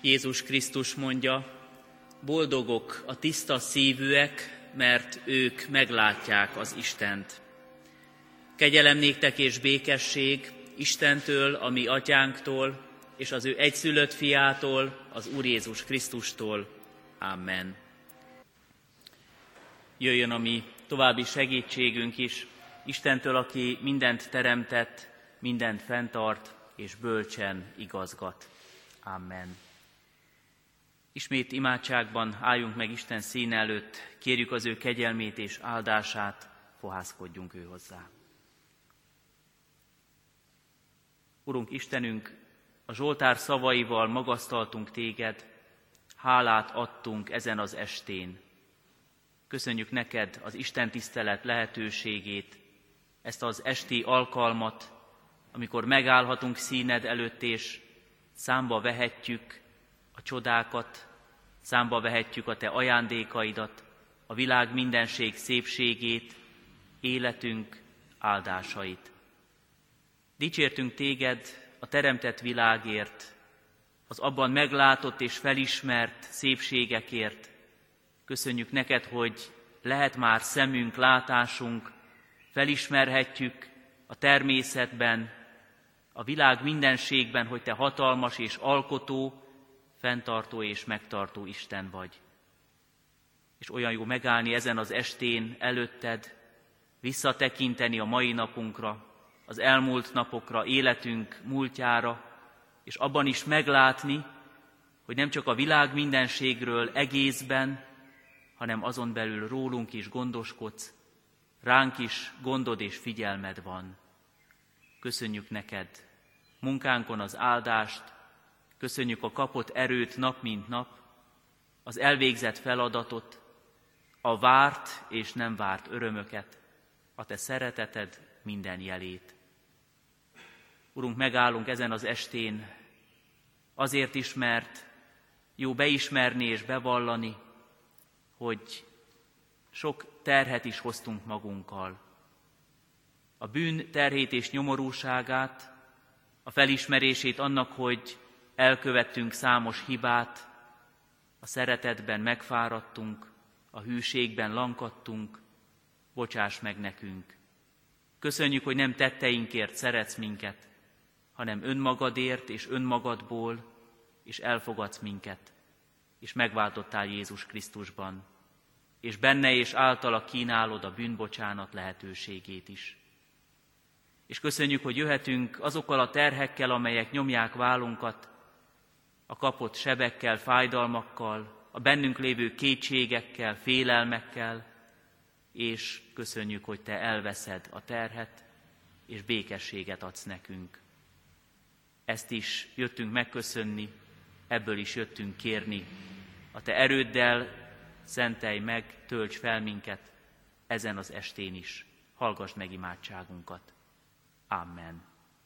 Jézus Krisztus mondja, boldogok a tiszta szívűek, mert ők meglátják az Istent. Kegyelem néktek és békesség Istentől, a mi atyánktól, és az ő egyszülött fiától, az Úr Jézus Krisztustól. Amen. Jöjjön a mi további segítségünk is Istentől, aki mindent teremtett, mindent fenntart, és bölcsen igazgat. Amen. Ismét imádságban álljunk meg Isten színe előtt, kérjük az ő kegyelmét és áldását, fohászkodjunk ő hozzá. Urunk Istenünk, a Zsoltár szavaival magasztaltunk téged, hálát adtunk ezen az estén. Köszönjük neked az Isten tisztelet lehetőségét, ezt az esti alkalmat, amikor megállhatunk színed előtt, és számba vehetjük a csodákat, számba vehetjük a te ajándékaidat, a világ mindenség szépségét, életünk áldásait. Dicsértünk téged a teremtett világért, az abban meglátott és felismert szépségekért. Köszönjük neked, hogy lehet már szemünk, látásunk, felismerhetjük a természetben, a világ mindenségben, hogy te hatalmas és alkotó, fenntartó és megtartó Isten vagy. És olyan jó megállni ezen az estén előtted, visszatekinteni a mai napunkra, az elmúlt napokra, életünk múltjára, és abban is meglátni, hogy nem csak a világ mindenségről egészben, hanem azon belül rólunk is gondoskodsz, ránk is gondod és figyelmed van. Köszönjük neked munkánkon az áldást, köszönjük a kapott erőt nap mint nap, az elvégzett feladatot, a várt és nem várt örömöket, a te szereteted minden jelét. Urunk, megállunk ezen az estén azért is, mert jó beismerni és bevallani, hogy sok terhet is hoztunk magunkkal. A bűn terhét és nyomorúságát, a felismerését annak, hogy elkövettünk számos hibát, a szeretetben megfáradtunk, a hűségben lankadtunk, bocsáss meg nekünk. Köszönjük, hogy nem tetteinkért szeretsz minket, hanem önmagadért és önmagadból, és elfogadsz minket, és megváltottál Jézus Krisztusban, és benne és általa kínálod a bűnbocsánat lehetőségét is. És köszönjük, hogy jöhetünk azokkal a terhekkel, amelyek nyomják vállunkat, a kapott sebekkel, fájdalmakkal, a bennünk lévő kétségekkel, félelmekkel, és köszönjük, hogy te elveszed a terhet, és békességet adsz nekünk. Ezt is jöttünk megköszönni, ebből is jöttünk kérni. A te erőddel szentelj meg, tölts fel minket ezen az estén is. Hallgass meg imádságunkat. Amen.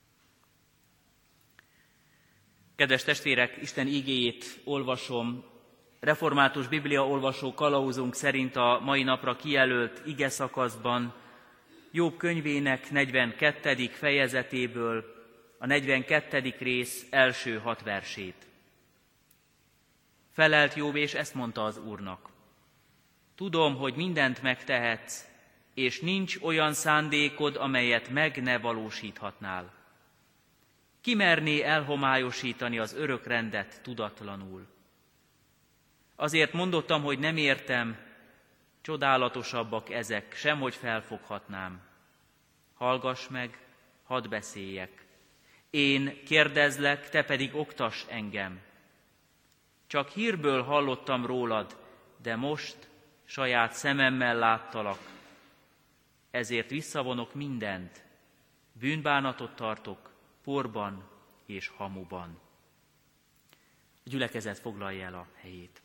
Kedves testvérek, Isten igéjét olvasom. Református bibliaolvasó kalauzunk szerint a mai napra kijelölt igeszakaszban Jobb könyvének 42. fejezetéből a 42. rész első 6 versét. Felelt Jobb, és ezt mondta az Úrnak: tudom, hogy mindent megtehetsz, és nincs olyan szándékod, amelyet meg ne valósíthatnál. Ki merné elhomályosítani az örök rendet tudatlanul? Azért mondottam, hogy nem értem, csodálatosabbak ezek, semhogy felfoghatnám. Hallgass meg, hadd beszéljek. Én kérdezlek, te pedig oktass engem. Csak hírből hallottam rólad, de most saját szememmel láttalak. Ezért visszavonok mindent, bűnbánatot tartok porban és hamuban. A gyülekezet foglalja el a helyét.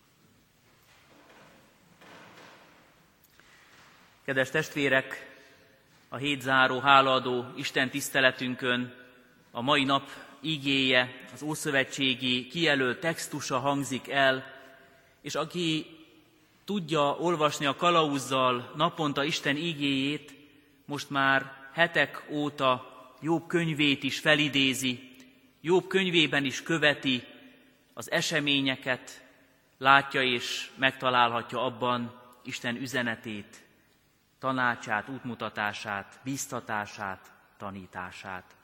Kedves testvérek, a hétzáró hálaadó Isten tiszteletünkön a mai nap igéje, az ószövetségi kijelölt textusa hangzik el, és aki tudja olvasni a kalauzzal naponta Isten igéjét, most már hetek óta Jobb könyvét is felidézi, Jobb könyvében is követi az eseményeket látja és megtalálhatja abban Isten üzenetét, tanácsát, útmutatását, bíztatását, tanítását.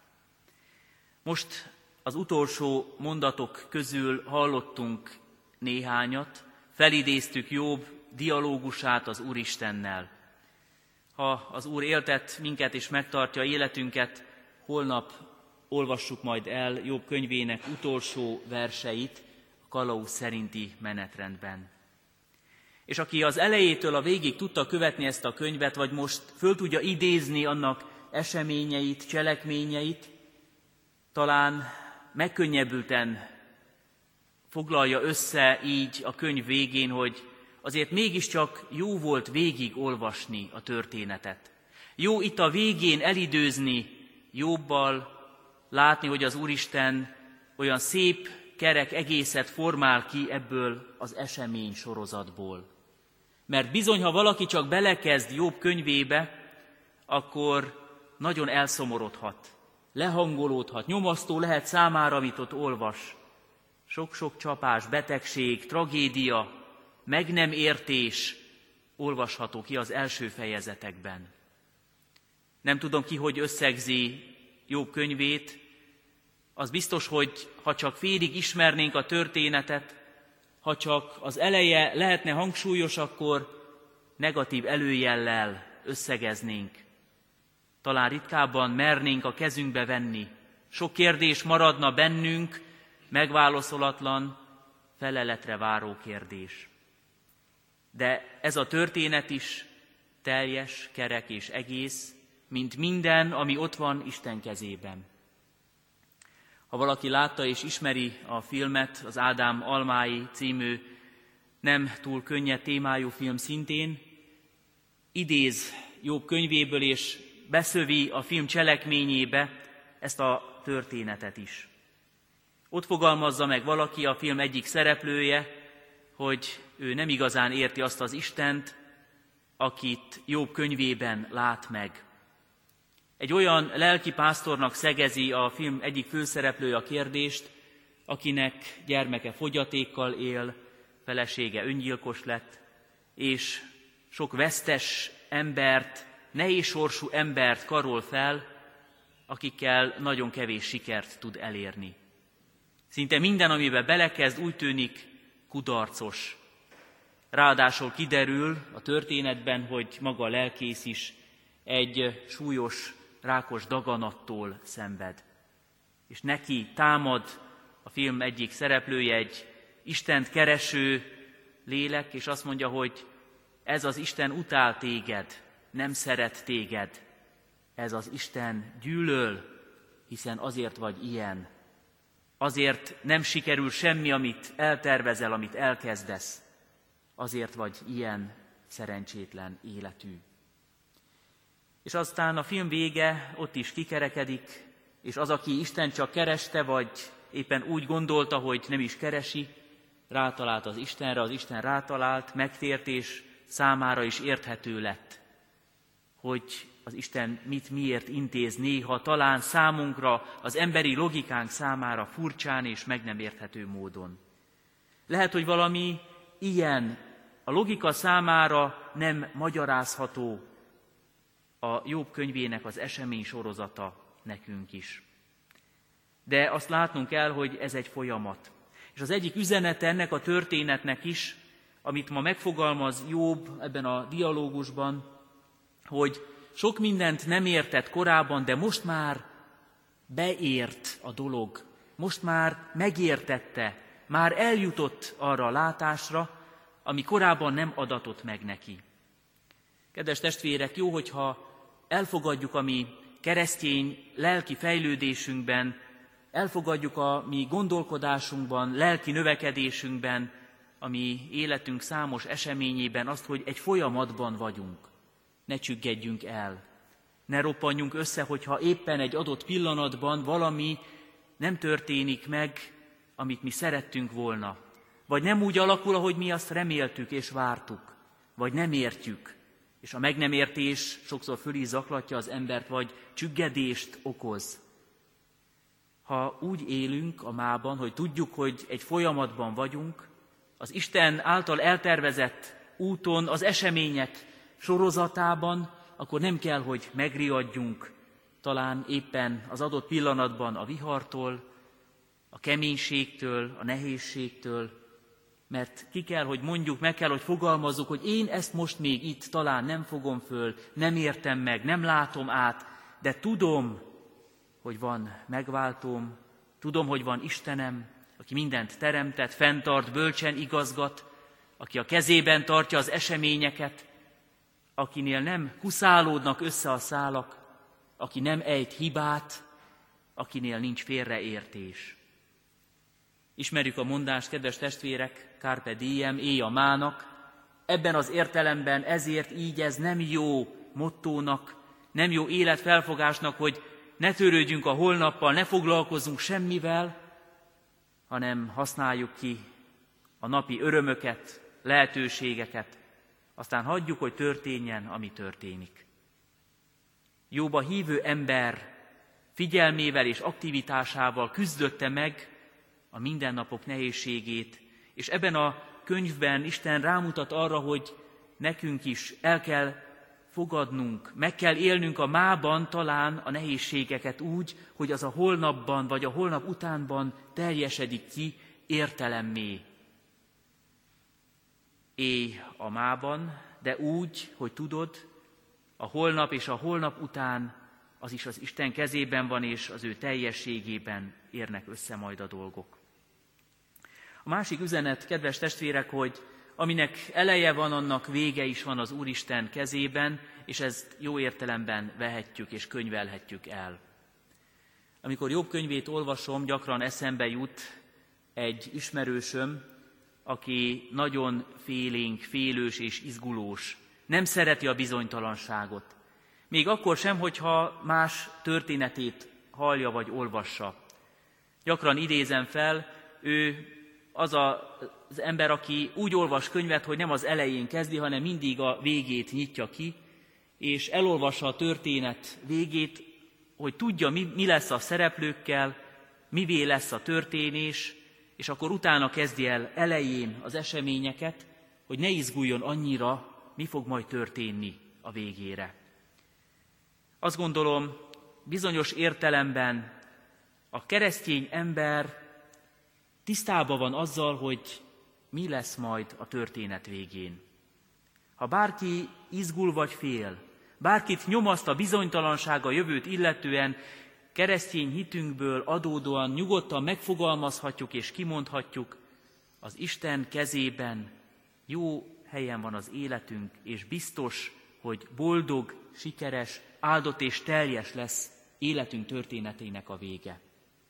Most az utolsó mondatok közül hallottunk néhányat, felidéztük Jobb dialógusát az Úristennel. Ha az Úr éltet minket és megtartja életünket, holnap olvassuk majd el Jobb könyvének utolsó verseit a kalauz szerinti menetrendben. És aki az elejétől a végig tudta követni ezt a könyvet, vagy most föl tudja idézni annak eseményeit, cselekményeit, talán megkönnyebbülten foglalja össze így a könyv végén, hogy azért mégiscsak jó volt végig olvasni a történetet. Jó itt a végén elidőzni Jobbal, látni, hogy az Úristen olyan szép, kerek egészet formál ki ebből az esemény sorozatból. Mert bizony, ha valaki csak belekezd Jobb könyvébe, akkor nagyon elszomorodhat, lehangolódhat, nyomasztó lehet számára, amit ott olvas. Sok-sok csapás, betegség, tragédia, meg nem értés olvasható ki az első fejezetekben. Nem tudom ki, hogy összegzi Jobb könyvét, az biztos, hogy ha csak félig ismernénk a történetet, ha csak az eleje lehetne hangsúlyos, akkor negatív előjellel összegeznénk. Talán ritkábban mernénk a kezünkbe venni. Sok kérdés maradna bennünk, megválaszolatlan, feleletre váró kérdés. De ez a történet is teljes, kerek és egész, mint minden, ami ott van Isten kezében. Ha valaki látta és ismeri a filmet, az Ádám almái című nem túl könnyed témájú film szintén, idéz Jobb könyvéből és beszövi a film cselekményébe ezt a történetet is. Ott fogalmazza meg valaki, a film egyik szereplője, hogy ő nem igazán érti azt az Istent, akit Jobb könyvében lát meg. Egy olyan lelkipásztornak szegezi a film egyik főszereplője a kérdést, akinek gyermeke fogyatékkal él, felesége öngyilkos lett, és sok vesztes embert, nehéz sorsú embert karol fel, akikkel nagyon kevés sikert tud elérni. Szinte minden, amiben belekezd, úgy tűnik kudarcos. Ráadásul kiderül a történetben, hogy maga a lelkész is egy súlyos rákos daganattól szenved. És neki támad a film egyik szereplője, egy Istent kereső lélek, és azt mondja, hogy ez az Isten utál téged, nem szeret téged. Ez az Isten gyűlöl, hiszen azért vagy ilyen. Azért nem sikerül semmi, amit eltervezel, amit elkezdesz. Azért vagy ilyen szerencsétlen életű. És aztán a film vége ott is kikerekedik, és az, aki Isten csak kereste, vagy éppen úgy gondolta, hogy nem is keresi, rátalált az Istenre, az Isten rátalált, megtért, és számára is érthető lett, hogy az Isten miért intéz néha, talán számunkra, az emberi logikánk számára furcsán és meg nem érthető módon. Lehet, hogy valami ilyen, a logika számára nem magyarázható a Jobb könyvének az esemény sorozata nekünk is. De azt látnunk kell, hogy ez egy folyamat. És az egyik üzenete ennek a történetnek is, amit ma megfogalmaz Jobb ebben a dialógusban, hogy sok mindent nem értett korábban, de most már beért a dolog. Most már megértette, már eljutott arra a látásra, ami korábban nem adatott meg neki. Kedves testvérek, jó, hogyha elfogadjuk a mi keresztény lelki fejlődésünkben, elfogadjuk a mi gondolkodásunkban, lelki növekedésünkben, a mi életünk számos eseményében azt, hogy egy folyamatban vagyunk. Ne csüggedjünk el, ne roppanjunk össze, hogyha éppen egy adott pillanatban valami nem történik meg, amit mi szerettünk volna. Vagy nem úgy alakul, ahogy mi azt reméltük és vártuk, vagy nem értjük. És a meg nem értés sokszor föl is zaklatja az embert, vagy csüggedést okoz. Ha úgy élünk a mában, hogy tudjuk, hogy egy folyamatban vagyunk, az Isten által eltervezett úton, az események sorozatában, akkor nem kell, hogy megriadjunk talán éppen az adott pillanatban a vihartól, a keménységtől, a nehézségtől, mert ki kell, hogy mondjuk, meg kell, hogy fogalmazzuk, hogy én ezt most még itt talán nem fogom föl, nem értem meg, nem látom át, de tudom, hogy van megváltóm, tudom, hogy van Istenem, aki mindent teremtett, fenntart, bölcsen igazgat, aki a kezében tartja az eseményeket, akinél nem kuszálódnak össze a szálak, aki nem ejt hibát, akinél nincs félreértés. Ismerjük a mondást, kedves testvérek, carpe diem, élj a mának. Ebben az értelemben ezért így ez nem jó mottónak, nem jó életfelfogásnak, hogy ne törődjünk a holnappal, ne foglalkozzunk semmivel, hanem használjuk ki a napi örömöket, lehetőségeket, aztán hagyjuk, hogy történjen, ami történik. Jóba hívő ember figyelmével és aktivitásával küzdötte meg a mindennapok nehézségét, és ebben a könyvben Isten rámutat arra, hogy nekünk is el kell fogadnunk, meg kell élnünk a mában talán a nehézségeket úgy, hogy az a holnapban vagy a holnap utánban teljesedik ki értelemmé. Élj a mában, de úgy, hogy tudod, a holnap és a holnap után az is az Isten kezében van, és az ő teljességében érnek össze majd a dolgok. A másik üzenet, kedves testvérek, hogy aminek eleje van, annak vége is van az Úristen kezében, és ezt jó értelemben vehetjük és könyvelhetjük el. Amikor Jobb könyvét olvasom, gyakran eszembe jut egy ismerősöm, aki nagyon félénk, félős és izgulós, nem szereti a bizonytalanságot. Még akkor sem, hogyha más történetét hallja vagy olvassa. Gyakran idézem fel, ő az az ember, aki úgy olvas könyvet, hogy nem az elején kezdi, hanem mindig a végét nyitja ki, és elolvassa a történet végét, hogy tudja, mi lesz a szereplőkkel, mivé lesz a történés, és akkor utána kezdi el elején az eseményeket, hogy ne izguljon annyira, mi fog majd történni a végére. Azt gondolom, bizonyos értelemben a keresztény ember tisztában van azzal, hogy mi lesz majd a történet végén. Ha bárki izgul vagy fél, bárkit nyomaszt a bizonytalanság a jövőt illetően, keresztény hitünkből adódóan nyugodtan megfogalmazhatjuk és kimondhatjuk, az Isten kezében jó helyen van az életünk, és biztos, hogy boldog, sikeres, áldott és teljes lesz életünk történetének a vége.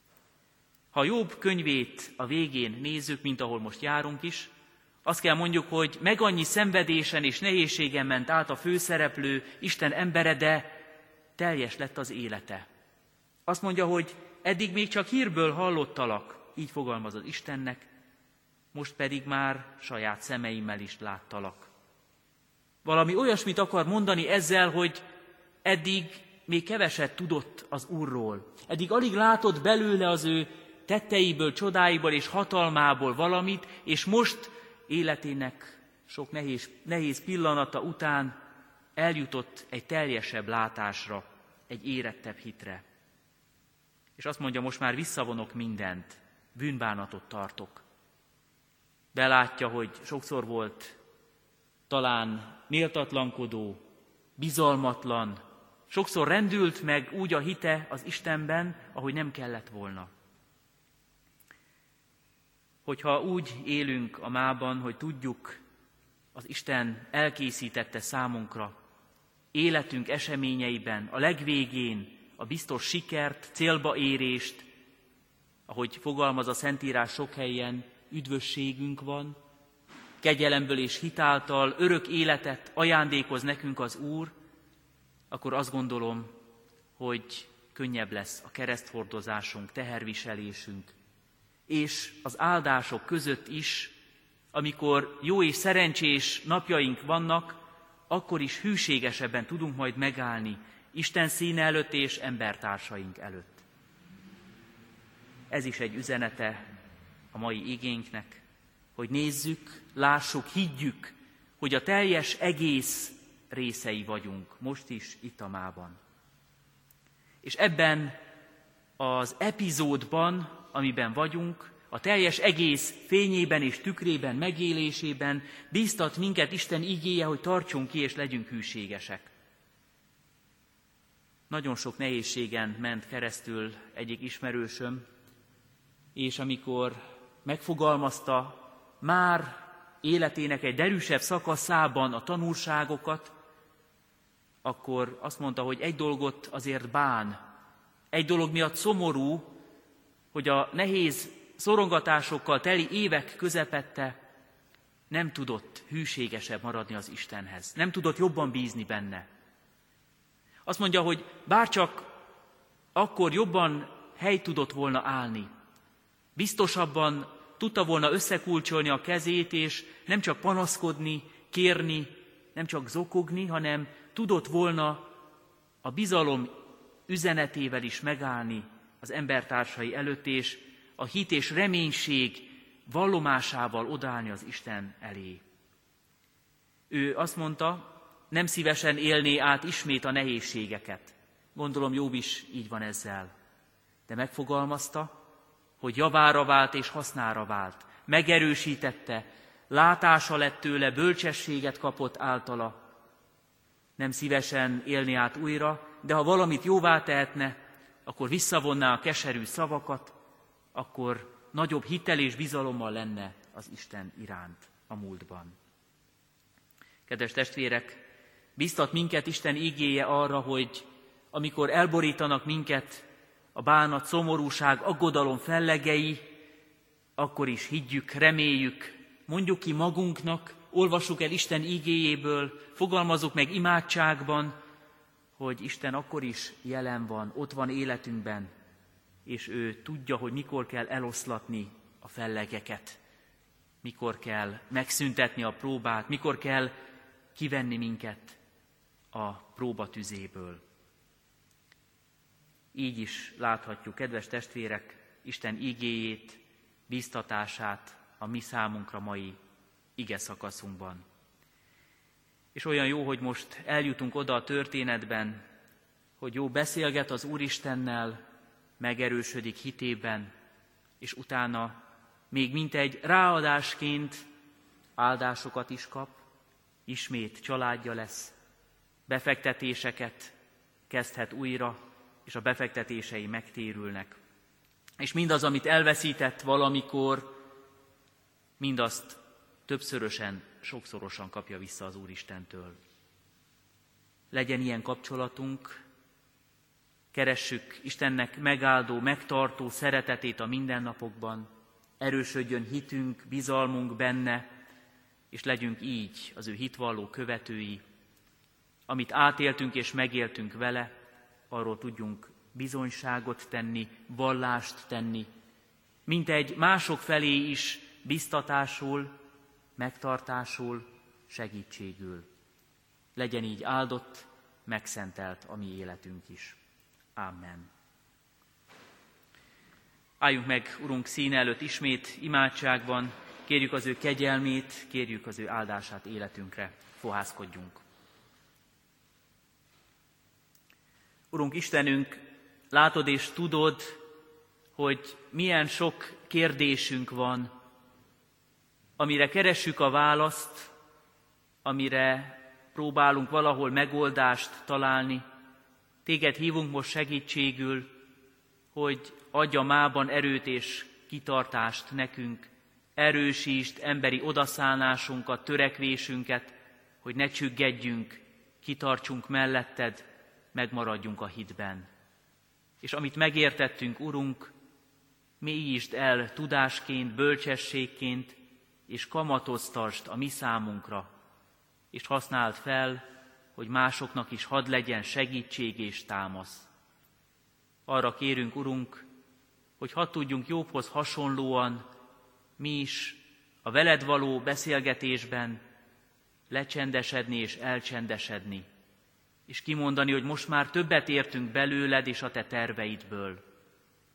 Ha Jobb könyvét a végén nézzük, mint ahol most járunk is, azt kell mondjuk, hogy meg annyi szenvedésen és nehézségen ment át a főszereplő, Isten embere, de teljes lett az élete. Azt mondja, hogy eddig még csak hírből hallottalak, így fogalmaz az Istennek, most pedig már saját szemeimmel is láttalak. Valami olyasmit akar mondani ezzel, hogy eddig még keveset tudott az Úrról. Eddig alig látott belőle az ő tetteiből, csodáiból és hatalmából valamit, és most életének sok nehéz pillanata után eljutott egy teljesebb látásra, egy érettebb hitre. És azt mondja, most már visszavonok mindent, bűnbánatot tartok. Belátja, hogy sokszor volt talán méltatlankodó, bizalmatlan, sokszor rendült meg úgy a hite az Istenben, ahogy nem kellett volna. Hogyha úgy élünk a mában, hogy tudjuk, az Isten elkészítette számunkra életünk eseményeiben, a legvégén a biztos sikert, célba érést, ahogy fogalmaz a Szentírás sok helyen, üdvösségünk van, kegyelemből és hitáltal örök életet ajándékoz nekünk az Úr, akkor azt gondolom, hogy könnyebb lesz a kereszthordozásunk, teherviselésünk, és az áldások között is, amikor jó és szerencsés napjaink vannak, akkor is hűségesebben tudunk majd megállni Isten színe előtt és embertársaink előtt. ez is egy üzenete a mai igénknek, hogy nézzük, lássuk, higgyük, hogy a teljes egész részei vagyunk, most is itt a mában. És ebben az epizódban, amiben vagyunk, a teljes egész fényében és tükrében, megélésében bíztat minket Isten igéje, hogy tartsunk ki és legyünk hűségesek. Nagyon sok nehézségen ment keresztül egyik ismerősöm, és amikor megfogalmazta már életének egy derűsebb szakaszában a tanulságokat, akkor azt mondta, hogy egy dolgot azért bán, egy dolog miatt szomorú, hogy a nehéz szorongatásokkal teli évek közepette nem tudott hűségesebb maradni az Istenhez, nem tudott jobban bízni benne. Azt mondja, hogy bárcsak akkor jobban hely tudott volna állni, biztosabban tudta volna összekulcsolni a kezét, és nem csak panaszkodni, kérni, nem csak zokogni, hanem tudott volna a bizalom üzenetével is megállni az embertársai előtt, és a hit és reménység vallomásával odállni az Isten elé. Ő azt mondta, nem szívesen élné át ismét a nehézségeket. Gondolom Jobb is így van ezzel. De megfogalmazta, hogy javára vált és hasznára vált. Megerősítette, látása lett tőle, bölcsességet kapott általa. Nem szívesen élni át újra, de ha valamit jóvá tehetne, akkor visszavonná a keserű szavakat, akkor nagyobb hittel és bizalommal lenne az Isten iránt a múltban. Kedves testvérek, biztat minket Isten igéje arra, hogy amikor elborítanak minket a bánat, szomorúság, aggodalom fellegei, akkor is higgyük, reméljük, mondjuk ki magunknak, olvassuk el Isten igéjéből, fogalmazzuk meg imádságban, hogy Isten akkor is jelen van, ott van életünkben, és ő tudja, hogy mikor kell eloszlatni a fellegeket, mikor kell megszüntetni a próbát, mikor kell kivenni minket a próbatüzéből. Így is láthatjuk, kedves testvérek, Isten igéjét, bíztatását a mi számunkra mai ige szakaszunkban. És olyan jó, hogy most eljutunk oda a történetben, hogy Jobb beszélget az Úristennel, megerősödik hitében, és utána még mintegy ráadásként áldásokat is kap, ismét családja lesz, befektetéseket kezdhet újra, és a befektetései megtérülnek. És mindaz, amit elveszített valamikor, mindazt többszörösen, sokszorosan kapja vissza az Úristentől. Legyen ilyen kapcsolatunk, keressük Istennek megáldó, megtartó szeretetét a mindennapokban, erősödjön hitünk, bizalmunk benne, és legyünk így az ő hitvalló követői. Amit átéltünk és megéltünk vele, arról tudjunk bizonyságot tenni, vallást tenni, mintegy mások felé is biztatásul, megtartásul, segítségül. Legyen így áldott, megszentelt a mi életünk is. Amen. Álljunk meg Urunk színe előtt ismét imádságban, kérjük az ő kegyelmét, kérjük az ő áldását életünkre, fohászkodjunk. Urunk Istenünk, látod és tudod, hogy milyen sok kérdésünk van, amire keressük a választ, amire próbálunk valahol megoldást találni. Téged hívunk most segítségül, hogy adj a mában erőt és kitartást nekünk, erősítsd emberi odaszállásunkat, törekvésünket, hogy ne csüggedjünk, kitartsunk melletted, megmaradjunk a hitben. És amit megértettünk, Urunk, mélyítsd el tudásként, bölcsességként, és kamatoztasd a mi számunkra, és használd fel, hogy másoknak is hadd legyen segítség és támasz. Arra kérünk, Urunk, hogy hadd tudjunk Jobbhoz hasonlóan mi is a veled való beszélgetésben lecsendesedni és elcsendesedni, és kimondani, hogy most már többet értünk belőled és a te terveidből.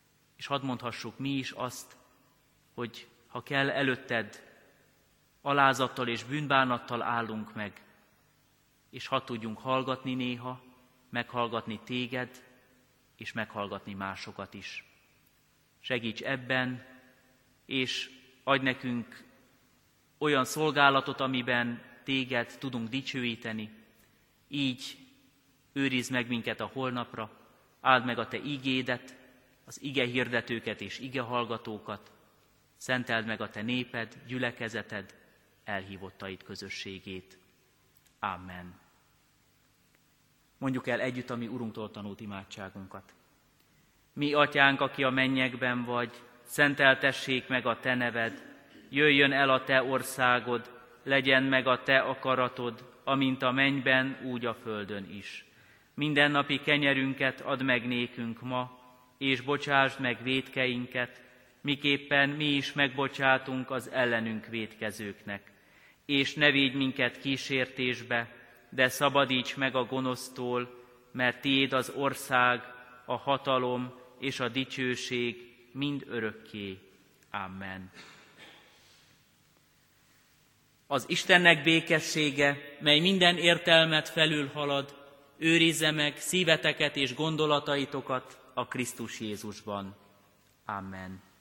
és hadd mondhassuk mi is azt, hogy ha kell, előtted alázattal és bűnbánattal állunk meg, és hadd tudjunk hallgatni néha, meghallgatni téged, és meghallgatni másokat is. Segíts ebben, és adj nekünk olyan szolgálatot, amiben téged tudunk dicsőíteni. Így őrizd meg minket a holnapra, áld meg a te igédet, az ige hirdetőket és ige hallgatókat, szenteld meg a te néped, gyülekezeted, elhívottaid közösségét. Amen. Mondjuk el együtt a mi Urunktól tanult imádságunkat. Mi atyánk, aki a mennyekben vagy, szenteltessék meg a te neved, jöjjön el a te országod, legyen meg a te akaratod, amint a mennyben, úgy a földön is. Mindennapi kenyerünket add meg nékünk ma, és bocsásd meg vétkeinket, miképpen mi is megbocsátunk az ellenünk vétkezőknek. És ne védj minket kísértésbe, de szabadíts meg a gonosztól, mert tiéd az ország, a hatalom és a dicsőség mind örökké. Amen. Az Istennek békessége, mely minden értelmet felülhalad, őrizze meg szíveteket és gondolataitokat a Krisztus Jézusban. Amen.